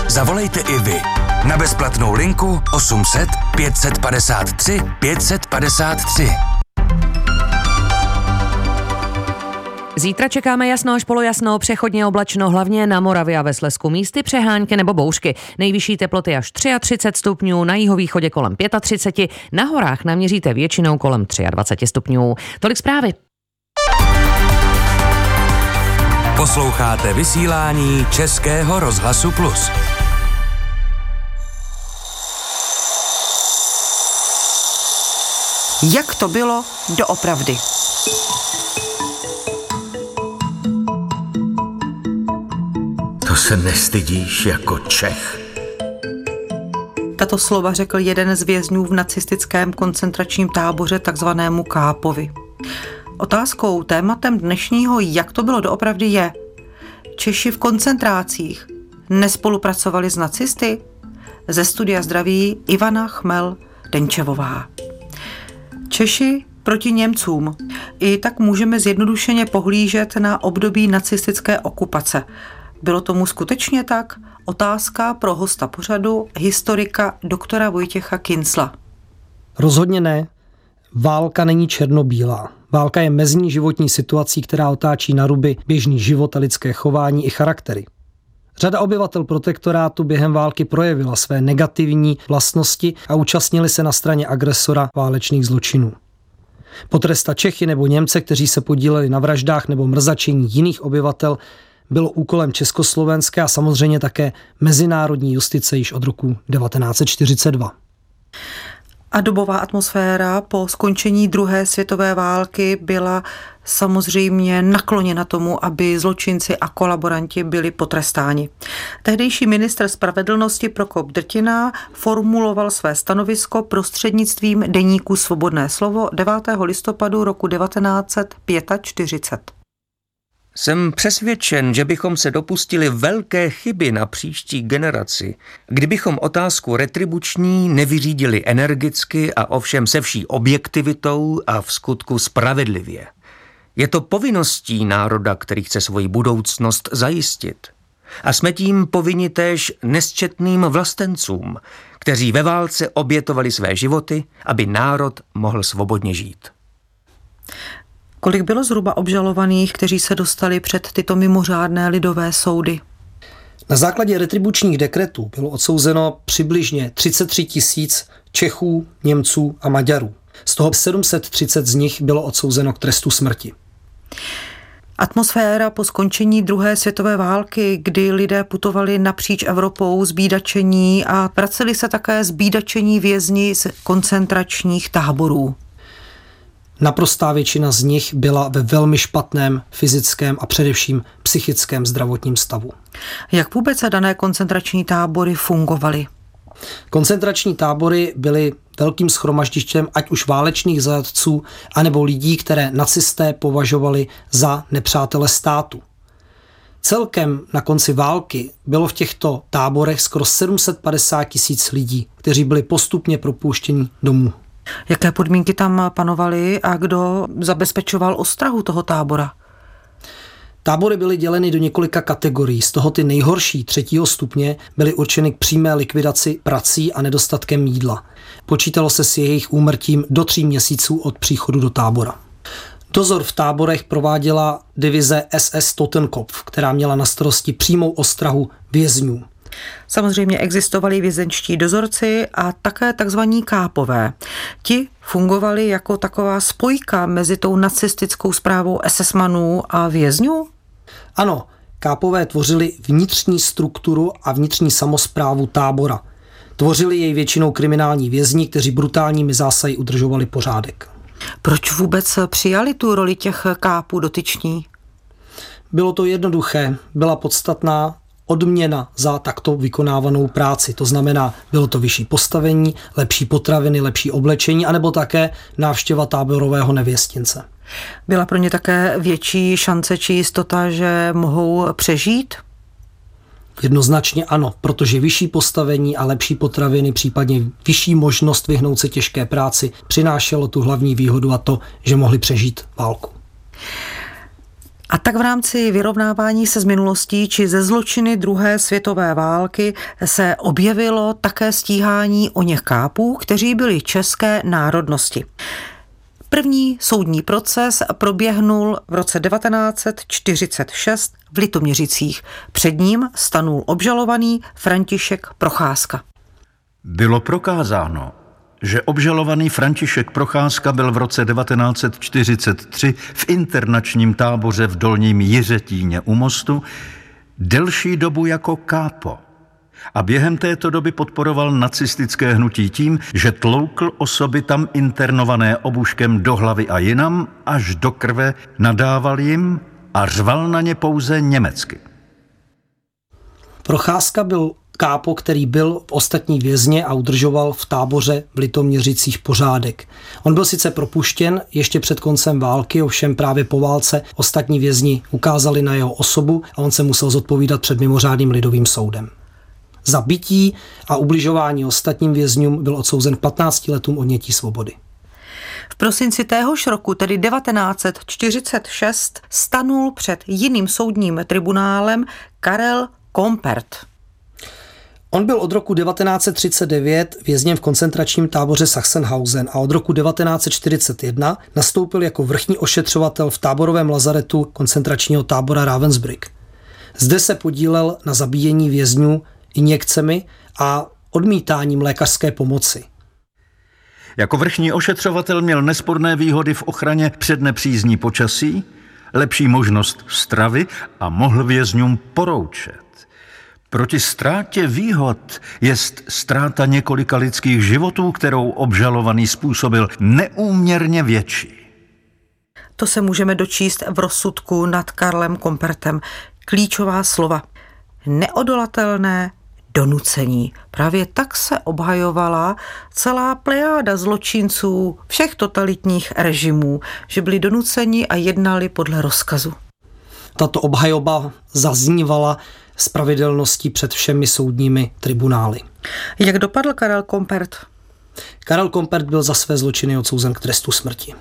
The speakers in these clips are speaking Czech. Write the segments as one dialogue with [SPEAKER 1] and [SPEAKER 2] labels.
[SPEAKER 1] Zavolejte i vy na bezplatnou linku 800 553 553.
[SPEAKER 2] Zítra čekáme jasno až polojasno, přechodně oblačno, hlavně na Moravě a ve Slezsku, místy přehánky nebo bouřky. Nejvyšší teploty až 33 stupňů, na jihovýchodě kolem 35, na horách naměříte většinou kolem 23 stupňů. Tolik zprávy.
[SPEAKER 1] Posloucháte vysílání Českého rozhlasu Plus.
[SPEAKER 3] Jak to bylo doopravdy?
[SPEAKER 4] To se nestydíš jako Čech?
[SPEAKER 3] Tato slova řekl jeden z vězňů v nacistickém koncentračním táboře takzvanému Kápovi. Otázkou, tématem dnešního Jak to bylo doopravdy je: Češi v koncentrácích nespolupracovali s nacisty? Ze studia zdraví Ivana Chmel-Denčevová. Češi proti Němcům. I tak můžeme zjednodušeně pohlížet na období nacistické okupace. Bylo tomu skutečně tak? Otázka pro hosta pořadu, historika doktora Vojtěcha Kincla.
[SPEAKER 5] Rozhodně ne. Válka není černobílá. Válka je mezní životní situací, která otáčí na ruby běžný život a lidské chování i charaktery. Řada obyvatel protektorátu během války projevila své negativní vlastnosti a účastnili se na straně agresora válečných zločinů. Potrestat Čechy nebo Němce, kteří se podíleli na vraždách nebo mrzačení jiných obyvatel, bylo úkolem československé a samozřejmě také mezinárodní justice již od roku 1942.
[SPEAKER 3] A dobová atmosféra po skončení druhé světové války byla samozřejmě nakloněna tomu, aby zločinci a kolaboranti byli potrestáni. Tehdejší ministr spravedlnosti Prokop Drtina formuloval své stanovisko prostřednictvím deníku Svobodné slovo 9. listopadu roku 1945.
[SPEAKER 6] Jsem přesvědčen, že bychom se dopustili velké chyby na příští generaci, kdybychom otázku retribuční nevyřídili energicky a ovšem se vší objektivitou a v skutku spravedlivě. Je to povinností národa, který chce svoji budoucnost zajistit. A jsme tím povinni též nesčetným vlastencům, kteří ve válce obětovali své životy, aby národ mohl svobodně žít.
[SPEAKER 3] Kolik bylo zhruba obžalovaných, kteří se dostali před tyto mimořádné lidové soudy?
[SPEAKER 5] Na základě retribučních dekretů bylo odsouzeno přibližně 33 000 Čechů, Němců a Maďarů. Z toho 730 z nich bylo odsouzeno k trestu smrti.
[SPEAKER 3] Atmosféra po skončení druhé světové války, kdy lidé putovali napříč Evropou zbídačení a vraceli se také zbídačení vězni z koncentračních táborů.
[SPEAKER 5] Naprostá většina z nich byla ve velmi špatném fyzickém a především psychickém zdravotním stavu.
[SPEAKER 3] Jak vůbec dané koncentrační tábory fungovaly?
[SPEAKER 5] Koncentrační tábory byly velkým shromaždištěm ať už válečných zajatců, anebo lidí, které nacisté považovali za nepřátele státu. Celkem na konci války bylo v těchto táborech skoro 750 000 lidí, kteří byli postupně propouštěni domů.
[SPEAKER 3] Jaké podmínky tam panovaly a kdo zabezpečoval ostrahu toho tábora?
[SPEAKER 5] Tábory byly děleny do několika kategorií. Z toho ty nejhorší 3. stupně byly určeny k přímé likvidaci prací a nedostatkem jídla. Počítalo se s jejich úmrtím do 3 měsíců od příchodu do tábora. Dozor v táborech prováděla divize SS Totenkopf, která měla na starosti přímou ostrahu vězňů.
[SPEAKER 3] Samozřejmě existovali vězenčtí dozorci a také takzvaní kápové. Ti fungovali jako taková spojka mezi tou nacistickou správou SS-manů a vězňů?
[SPEAKER 5] Ano, kápové tvořili vnitřní strukturu a vnitřní samosprávu tábora. Tvořili jej většinou kriminální vězni, kteří brutálními zásahy udržovali pořádek.
[SPEAKER 3] Proč vůbec přijali tu roli těch kápů dotyční?
[SPEAKER 5] Bylo to jednoduché, byla podstatná odměna za takto vykonávanou práci. To znamená, bylo to vyšší postavení, lepší potraviny, lepší oblečení, anebo také návštěva táborového nevěstince.
[SPEAKER 3] Byla pro ně také větší šance či jistota, že mohou přežít?
[SPEAKER 5] Jednoznačně ano, protože vyšší postavení a lepší potraviny, případně vyšší možnost vyhnout se těžké práci, přinášelo tu hlavní výhodu a to, že mohli přežít válku.
[SPEAKER 3] A tak v rámci vyrovnávání se s minulostí či ze zločiny druhé světové války se objevilo také stíhání oněch kápů, kteří byli české národnosti. První soudní proces proběhnul v roce 1946 v Litoměřicích. Před ním stanul obžalovaný František Procházka.
[SPEAKER 7] Bylo prokázáno, že obžalovaný František Procházka byl v roce 1943 v internačním táboře v Dolním Jiřetíně u Mostu delší dobu jako kápo a během této doby podporoval nacistické hnutí tím, že tloukl osoby tam internované obuškem do hlavy a jinam až do krve, nadával jim a řval na ně pouze německy.
[SPEAKER 5] Procházka byl kápo, který byl v ostatní vězně a udržoval v táboře v Litoměřicích pořádek. On byl sice propuštěn ještě před koncem války, ovšem právě po válce ostatní vězni ukázali na jeho osobu a on se musel zodpovídat před mimořádným lidovým soudem. Za bití a ubližování ostatním vězňům byl odsouzen k 15 letům odnětí svobody.
[SPEAKER 3] V prosinci téhož roku, tedy 1946, stanul před jiným soudním tribunálem Karel Kompert.
[SPEAKER 5] On byl od roku 1939 vězněn v koncentračním táboře Sachsenhausen a od roku 1941 nastoupil jako vrchní ošetřovatel v táborovém lazaretu koncentračního tábora Ravensbrück. Zde se podílel na zabíjení vězňů injekcemi a odmítáním lékařské pomoci.
[SPEAKER 7] Jako vrchní ošetřovatel měl nesporné výhody v ochraně před nepřízní počasí, lepší možnost stravy a mohl vězňům poroučet. Proti ztrátě výhod jest ztráta několika lidských životů, kterou obžalovaný způsobil, neúměrně větší.
[SPEAKER 3] To se můžeme dočíst v rozsudku nad Karlem Kompertem. Klíčová slova. Neodolatelné donucení. Právě tak se obhajovala celá plejáda zločinců všech totalitních režimů, že byli donuceni a jednali podle rozkazu.
[SPEAKER 5] Tato obhajoba zaznívala s pravidelností před všemi soudními tribunály.
[SPEAKER 3] Jak dopadl Karel Kompert?
[SPEAKER 5] Karel Kompert byl za své zločiny odsouzen k trestu smrti.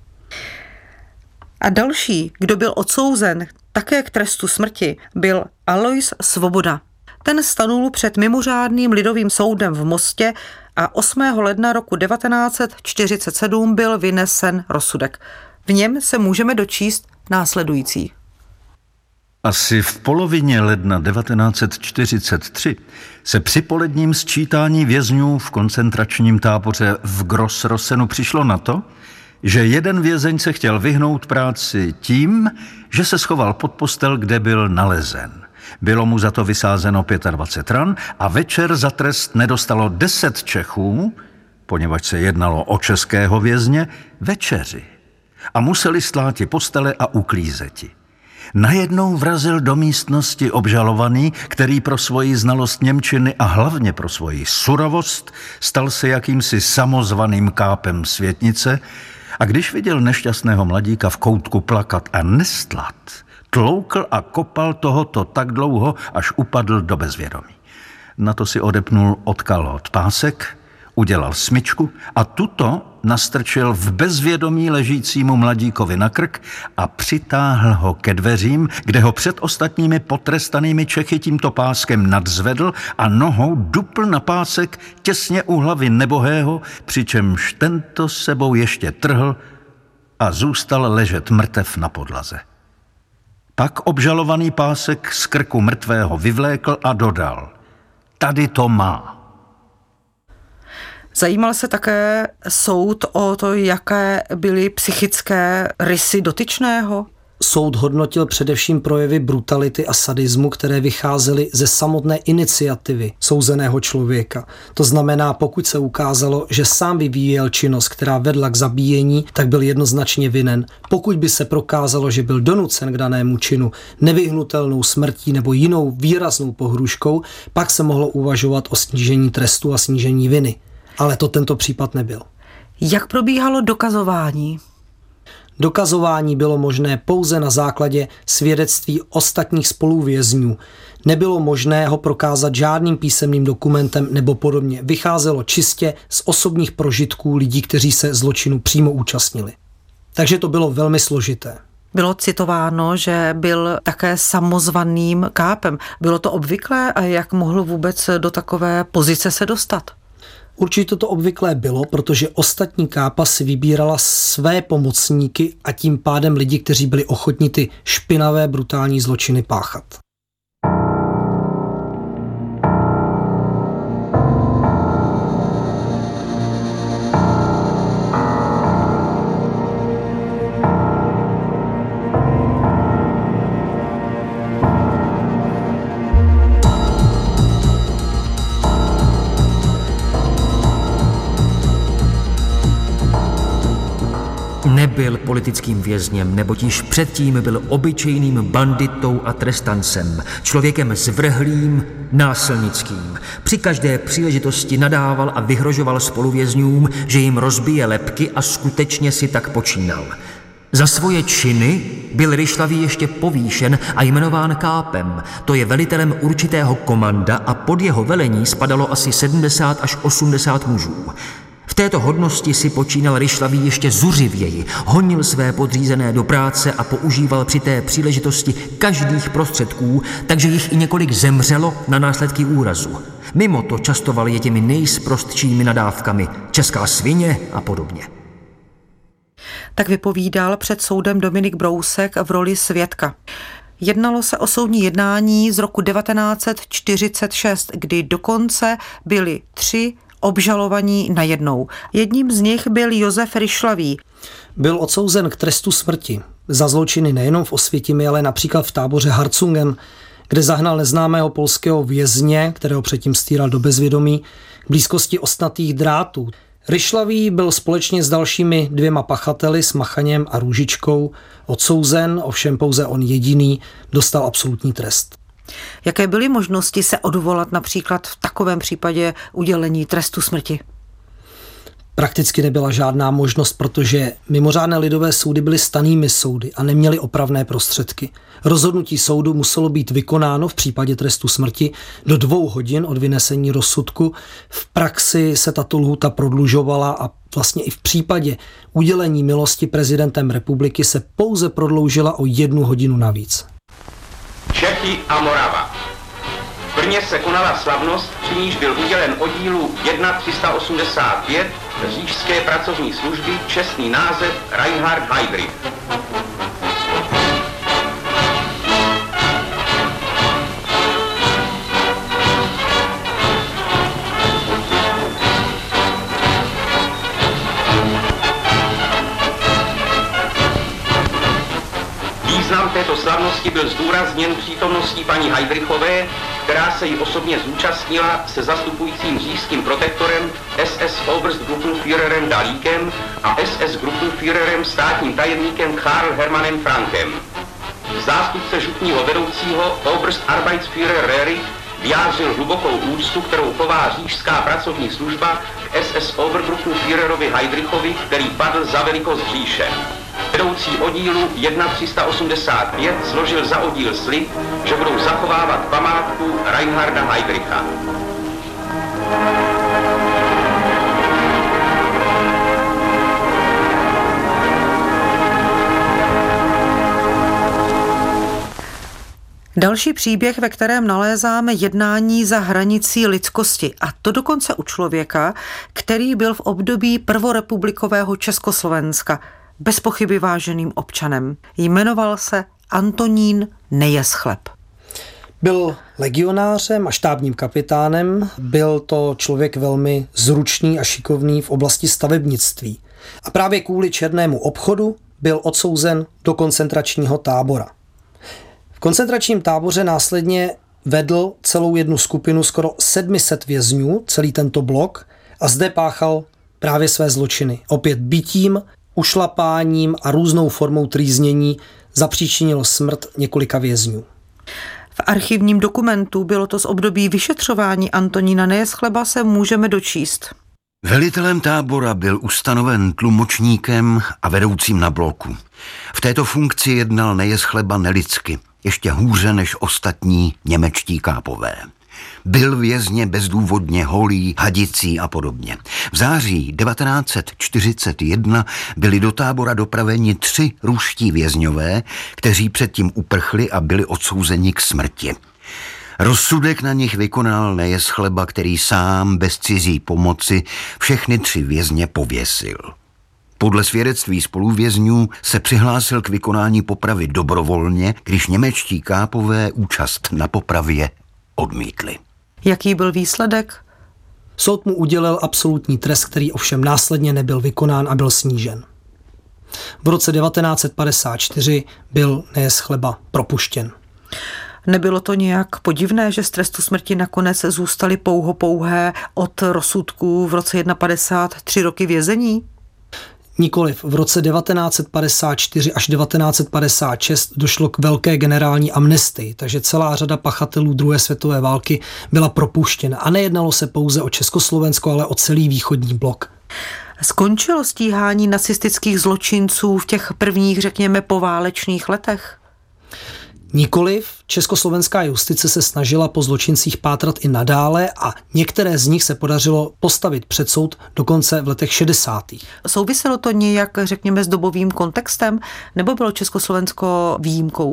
[SPEAKER 3] A další, kdo byl odsouzen také k trestu smrti, byl Alois Svoboda. Ten stanul před mimořádným lidovým soudem v Mostě a 8. ledna roku 1947 byl vynesen rozsudek. V něm se můžeme dočíst následující.
[SPEAKER 7] Asi v polovině ledna 1943 se při poledním sčítání vězňů v koncentračním táboře v Grossrossenu přišlo na to, že jeden vězeň se chtěl vyhnout práci tím, že se schoval pod postel, kde byl nalezen. Bylo mu za to vysázeno 25 ran a večer za trest nedostalo 10 Čechů, poněvadž se jednalo o českého vězně, večeři. A museli stláti postele a uklízeti. Najednou vrazil do místnosti obžalovaný, který pro svoji znalost němčiny a hlavně pro svoji surovost stal se jakýmsi samozvaným kápem světnice a když viděl nešťastného mladíka v koutku plakat a nestlat, tloukl a kopal tohoto tak dlouho, až upadl do bezvědomí. Na to si odepnul od kalhot pásek, udělal smyčku a tuto nastrčil v bezvědomí ležícímu mladíkovi na krk a přitáhl ho ke dveřím, kde ho před ostatními potrestanými Čechy tímto páskem nadzvedl a nohou dupl na pásek těsně u hlavy nebohého, přičemž tento sebou ještě trhl a zůstal ležet mrtev na podlaze. Pak obžalovaný pásek z krku mrtvého vyvlékl a dodal: tady to má.
[SPEAKER 3] Zajímal se také soud o to, jaké byly psychické rysy dotyčného?
[SPEAKER 5] Soud hodnotil především projevy brutality a sadismu, které vycházely ze samotné iniciativy souzeného člověka. To znamená, pokud se ukázalo, že sám vyvíjel činnost, která vedla k zabíjení, tak byl jednoznačně vinen. Pokud by se prokázalo, že byl donucen k danému činu nevyhnutelnou smrtí nebo jinou výraznou pohrůžkou, pak se mohlo uvažovat o snížení trestu a snížení viny. Ale to tento případ nebyl.
[SPEAKER 3] Jak probíhalo dokazování?
[SPEAKER 5] Dokazování bylo možné pouze na základě svědectví ostatních spoluvězňů. Nebylo možné ho prokázat žádným písemným dokumentem nebo podobně. Vycházelo čistě z osobních prožitků lidí, kteří se zločinu přímo účastnili. Takže to bylo velmi složité.
[SPEAKER 3] Bylo citováno, že byl také samozvaným kápem. Bylo to obvyklé a jak mohl vůbec do takové pozice se dostat?
[SPEAKER 5] Určitě to obvyklé bylo, protože ostatní kápa si vybírala své pomocníky a tím pádem lidi, kteří byli ochotni ty špinavé, brutální zločiny páchat.
[SPEAKER 6] Nebyl politickým vězněm, neboť již předtím byl obyčejným banditou a trestancem, člověkem zvrhlým, násilnickým. Při každé příležitosti nadával a vyhrožoval spoluvězňům, že jim rozbije lebky a skutečně si tak počínal. Za svoje činy byl Ryšlavý ještě povýšen a jmenován kápem, to je velitelem určitého komanda a pod jeho velení spadalo asi 70 až 80 mužů. V této hodnosti si počínal Ryšlavý ještě zuřivěji, honil své podřízené do práce a používal při té příležitosti každých prostředků, takže jich i několik zemřelo na následky úrazu. Mimo to častoval je těmi nejsprostšími nadávkami, česká svině a podobně.
[SPEAKER 3] Tak vypovídal před soudem Dominik Brousek v roli svědka. Jednalo se o soudní jednání z roku 1946, kdy dokonce byli 3 obžalovaní najednou. Jedním z nich byl Josef Ryšlavý.
[SPEAKER 5] Byl odsouzen k trestu smrti za zločiny nejenom v Osvětimi, ale například v táboře Harcungen, kde zahnal neznámého polského vězně, kterého předtím stýral do bezvědomí, k blízkosti ostnatých drátů. Ryšlavý byl společně s dalšími 2 pachateli, s Machaněm a Růžičkou, odsouzen, ovšem pouze on jediný dostal absolutní trest.
[SPEAKER 3] Jaké byly možnosti se odvolat například v takovém případě udělení trestu smrti?
[SPEAKER 5] Prakticky nebyla žádná možnost, protože mimořádné lidové soudy byly stanými soudy a neměly opravné prostředky. Rozhodnutí soudu muselo být vykonáno v případě trestu smrti do 2 hodin od vynesení rozsudku. V praxi se tato lhůta prodlužovala a vlastně i v případě udělení milosti prezidentem republiky se pouze prodloužila o 1 hodinu navíc.
[SPEAKER 8] Čechy a Morava. V Brně se konala slavnost, při níž byl udělen oddílu 1385 říšské pracovní služby čestný název Reinhard Heydrich. Význam této slavnosti byl zdůrazněn přítomností paní Heydrichové, která se jí osobně zúčastnila se zastupujícím říšským protektorem SS Oberstgruppenführerem Dalíkem a SS Gruppenführerem státním tajemníkem Karl Hermannem Frankem. Zástupce župního vedoucího Oberstarbeitsführer Röhrig vyjádřil hlubokou úctu, kterou chová říšská pracovní služba k SS Obergruppenführerovi Heydrichovi, který padl za velikost říše. Vedoucí oddílu 1385 složil za oddíl slib, že budou zachovávat památku Reinharda Heydricha.
[SPEAKER 3] Další příběh, ve kterém nalézáme jednání za hranicí lidskosti, a to dokonce u člověka, který byl v období prvorepublikového Československa bez pochyby váženým občanem. Jmenoval se Antonín Nejeschleb.
[SPEAKER 5] Byl legionářem a štábním kapitánem, byl to člověk velmi zručný a šikovný v oblasti stavebnictví. A právě kvůli černému obchodu byl odsouzen do koncentračního tábora. V koncentračním táboře následně vedl celou jednu skupinu skoro 700 vězňů, celý tento blok, a zde páchal právě své zločiny. Opět bitím, ušlapáním a různou formou trýznění zapříčinilo smrt několika vězňů.
[SPEAKER 3] V archivním dokumentu, bylo to z období vyšetřování Antonína Nejeschleba, se můžeme dočíst.
[SPEAKER 4] Velitelem tábora byl ustanoven tlumočníkem a vedoucím na bloku. V této funkci jednal Nejeschleba nelidsky, ještě hůře než ostatní němečtí kápové. Bil vězně bezdůvodně holý, hadicí a podobně. V září 1941 byli do tábora dopraveni 3 ruští vězňové, kteří předtím uprchli a byli odsouzeni k smrti. Rozsudek na nich vykonal Nejeschleba, který sám bez cizí pomoci všechny 3 vězně pověsil. Podle svědectví spoluvězňů se přihlásil k vykonání popravy dobrovolně, když němečtí kápové účast na popravě odmítli.
[SPEAKER 3] Jaký byl výsledek?
[SPEAKER 5] Soud mu udělil absolutní trest, který ovšem následně nebyl vykonán a byl snížen. V roce 1954 byl Nejeschleba propuštěn.
[SPEAKER 3] Nebylo to nějak podivné, že z trestu smrti nakonec zůstaly pouhé od rozsudku v roce 1951 3 roky vězení?
[SPEAKER 5] Nikoliv. V roce 1954 až 1956 došlo k velké generální amnestii, takže celá řada pachatelů druhé světové války byla propuštěna. A nejednalo se pouze o Československo, ale o celý východní blok.
[SPEAKER 3] Skončilo stíhání nacistických zločinců v těch prvních, řekněme, poválečných letech?
[SPEAKER 5] Nikoliv, československá justice se snažila po zločincích pátrat i nadále a některé z nich se podařilo postavit před soud dokonce v letech 60.
[SPEAKER 3] Souviselo to nějak, řekněme, s dobovým kontextem, nebo bylo Československo výjimkou?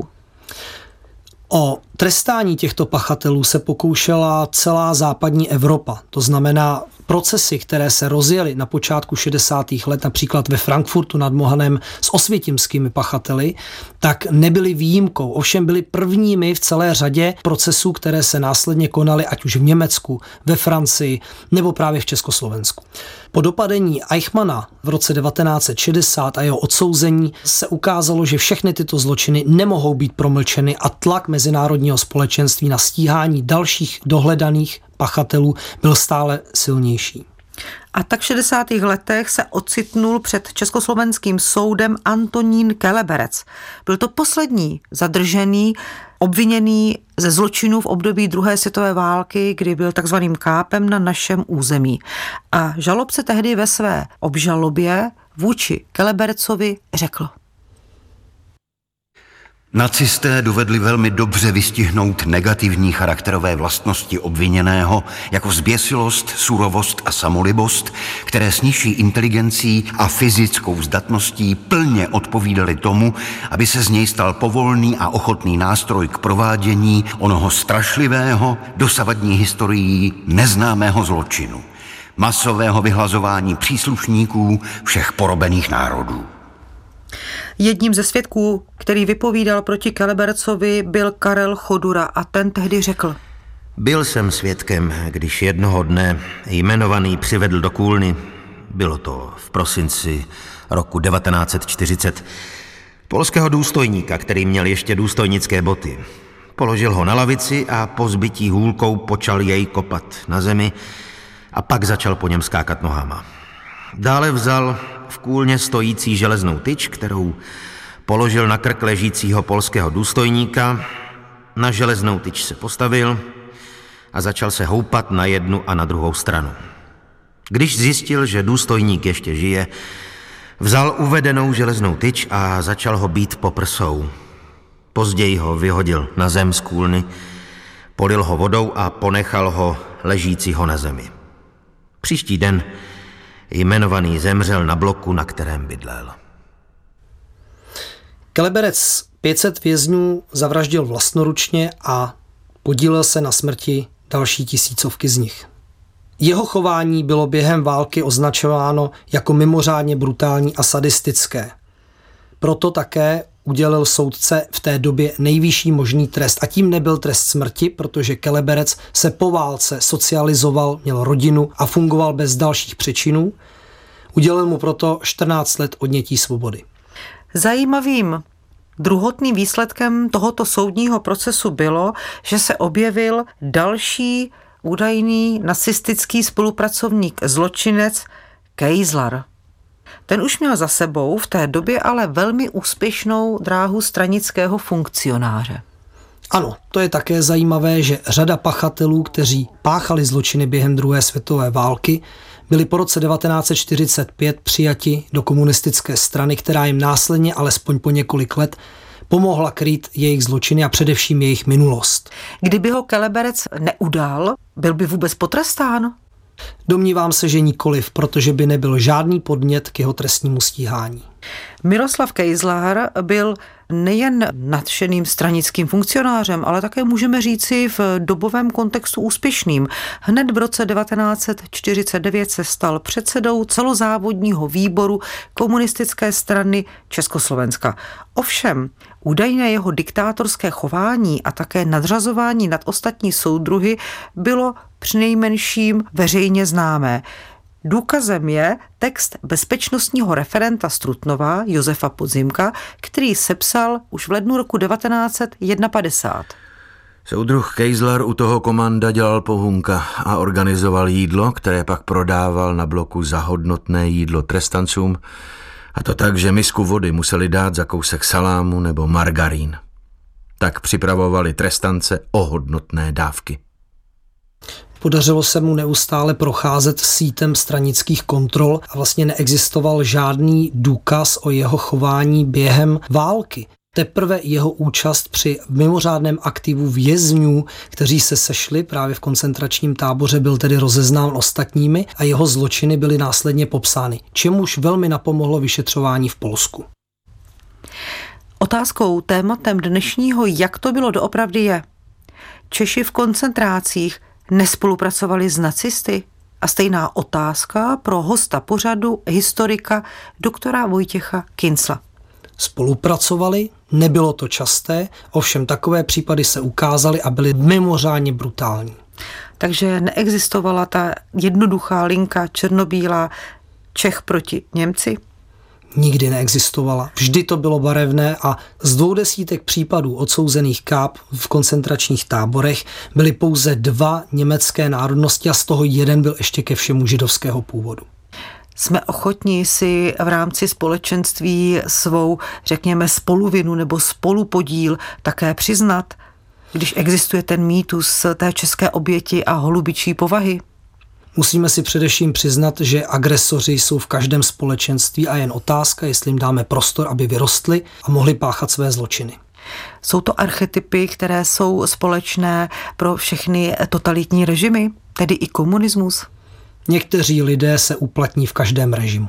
[SPEAKER 5] O trestání těchto pachatelů se pokoušela celá západní Evropa. To znamená, procesy, které se rozjely na počátku 60. let, například ve Frankfurtu nad Mohanem s osvětimskými pachateli, tak nebyly výjimkou. Ovšem byly prvními v celé řadě procesů, které se následně konaly ať už v Německu, ve Francii nebo právě v Československu. Po dopadení Eichmanna v roce 1960 a jeho odsouzení se ukázalo, že všechny tyto zločiny nemohou být promlčeny a tlak mezinárodního společenství na stíhání dalších dohledaných pachatelů byl stále silnější.
[SPEAKER 3] A tak v 60. letech se ocitnul před československým soudem Antonín Keleberec. Byl to poslední zadržený, obviněný ze zločinů v období druhé světové války, kdy byl takzvaným kápem na našem území. A žalobce tehdy ve své obžalobě vůči Kelebercovi řekl:
[SPEAKER 4] Nacisté dovedli velmi dobře vystihnout negativní charakterové vlastnosti obviněného, jako zběsilost, surovost a samolibost, které s nižší inteligencí a fyzickou zdatností plně odpovídaly tomu, aby se z něj stal povolný a ochotný nástroj k provádění onoho strašlivého, dosavadní historií neznámého zločinu, masového vyhlazování příslušníků všech porobených národů.
[SPEAKER 3] Jedním ze svědků, který vypovídal proti Kelebercovi, byl Karel Chodura a ten tehdy řekl:
[SPEAKER 9] Byl jsem svědkem, když jednoho dne jmenovaný přivedl do Kůlny, bylo to v prosinci roku 1940, polského důstojníka, který měl ještě důstojnické boty. Položil ho na lavici a po zbytí hůlkou počal jej kopat na zemi a pak začal po něm skákat nohama. Dále vzal v Kůlně stojící železnou tyč, kterou položil na krk ležícího polského důstojníka, na železnou tyč se postavil a začal se houpat na jednu a na druhou stranu. Když zjistil, že důstojník ještě žije, vzal uvedenou železnou tyč a začal ho bít po prsou. Později ho vyhodil na zem z Kůlny, polil ho vodou a ponechal ho ležícího na zemi. Příští den jmenovaný zemřel na bloku, na kterém bydlel.
[SPEAKER 5] Keleberec 500 vězňů zavraždil vlastnoručně a podílel se na smrti další tisícovky z nich. Jeho chování bylo během války označováno jako mimořádně brutální a sadistické. Proto také udělil soudce v té době nejvyšší možný trest. A tím nebyl trest smrti, protože Keleberec se po válce socializoval, měl rodinu a fungoval bez dalších přečinů. Udělil mu proto 14 let odnětí svobody.
[SPEAKER 3] Zajímavým druhotným výsledkem tohoto soudního procesu bylo, že se objevil další údajný nacistický spolupracovník, zločinec Keisler. Ten už měl za sebou v té době ale velmi úspěšnou dráhu stranického funkcionáře.
[SPEAKER 5] Ano, to je také zajímavé, že řada pachatelů, kteří páchali zločiny během druhé světové války, byli po roce 1945 přijati do komunistické strany, která jim následně, alespoň po několik let, Pomohla krýt jejich zločiny a především jejich minulost.
[SPEAKER 3] Kdyby ho Keleberec neudal, byl by vůbec potrestán?
[SPEAKER 5] Domnívám se, že nikoliv, protože by nebyl žádný podnět k jeho trestnímu stíhání.
[SPEAKER 3] Miroslav Kejzlar byl nejen nadšeným stranickým funkcionářem, ale také můžeme říci v dobovém kontextu úspěšným. Hned v roce 1949 se stal předsedou celozávodního výboru komunistické strany Československa. Ovšem, údajné jeho diktátorské chování a také nadřazování nad ostatní soudruhy bylo přinejmenším veřejně známé. Důkazem je text bezpečnostního referenta z Trutnova Josefa Podzimka, který sepsal už v lednu roku 1951.
[SPEAKER 9] Soudruh Kejzlar u toho komanda dělal pohunka a organizoval jídlo, které pak prodával na bloku za hodnotné jídlo trestancům, a to tak, že misku vody museli dát za kousek salámu nebo margarín. Tak připravovali trestance o hodnotné dávky.
[SPEAKER 5] Podařilo se mu neustále procházet sítem stranických kontrol a vlastně neexistoval žádný důkaz o jeho chování během války. Teprve jeho účast při mimořádném aktivu vězňů, kteří se sešli právě v koncentračním táboře, byl tedy rozeznán ostatními a jeho zločiny byly následně popsány, čemuž velmi napomohlo vyšetřování v Polsku.
[SPEAKER 3] Otázkou, tématem dnešního Jak to bylo doopravdy je: Češi v koncentrácích nespolupracovali s nacisty? A stejná otázka pro hosta pořadu, historika doktora Vojtěcha Kincla.
[SPEAKER 5] Spolupracovali, nebylo to časté, ovšem takové případy se ukázaly a byly mimořádně brutální.
[SPEAKER 3] Takže neexistovala ta jednoduchá linka černobílá Čech proti Němci?
[SPEAKER 5] Nikdy neexistovala. Vždy to bylo barevné a z 200 případů odsouzených káp v koncentračních táborech byly pouze 2 německé národnosti a z toho jeden byl ještě ke všemu židovského původu.
[SPEAKER 3] Jsme ochotní si v rámci společenství svou, řekněme, spoluvinu nebo spolupodíl také přiznat, když existuje ten mýtus té české oběti a holubičí povahy?
[SPEAKER 5] Musíme si především přiznat, že agresoři jsou v každém společenství a jen otázka, jestli jim dáme prostor, aby vyrostli a mohli páchat své zločiny.
[SPEAKER 3] Jsou to archetypy, které jsou společné pro všechny totalitní režimy, tedy i komunismus?
[SPEAKER 5] Někteří lidé se uplatní v každém režimu.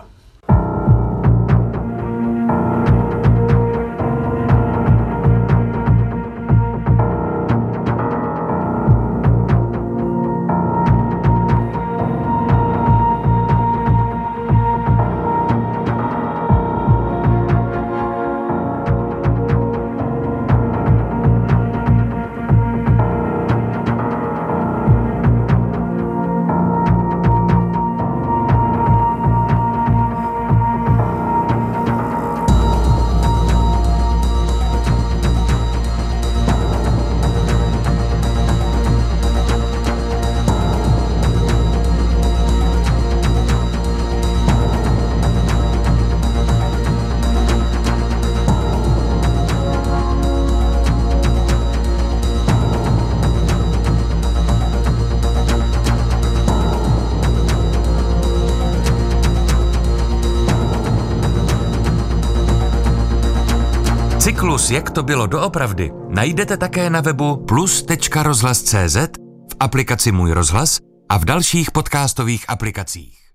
[SPEAKER 1] Cyklus Jak to bylo doopravdy najdete také na webu plus.rozhlas.cz, v aplikaci Můj rozhlas a v dalších podcastových aplikacích.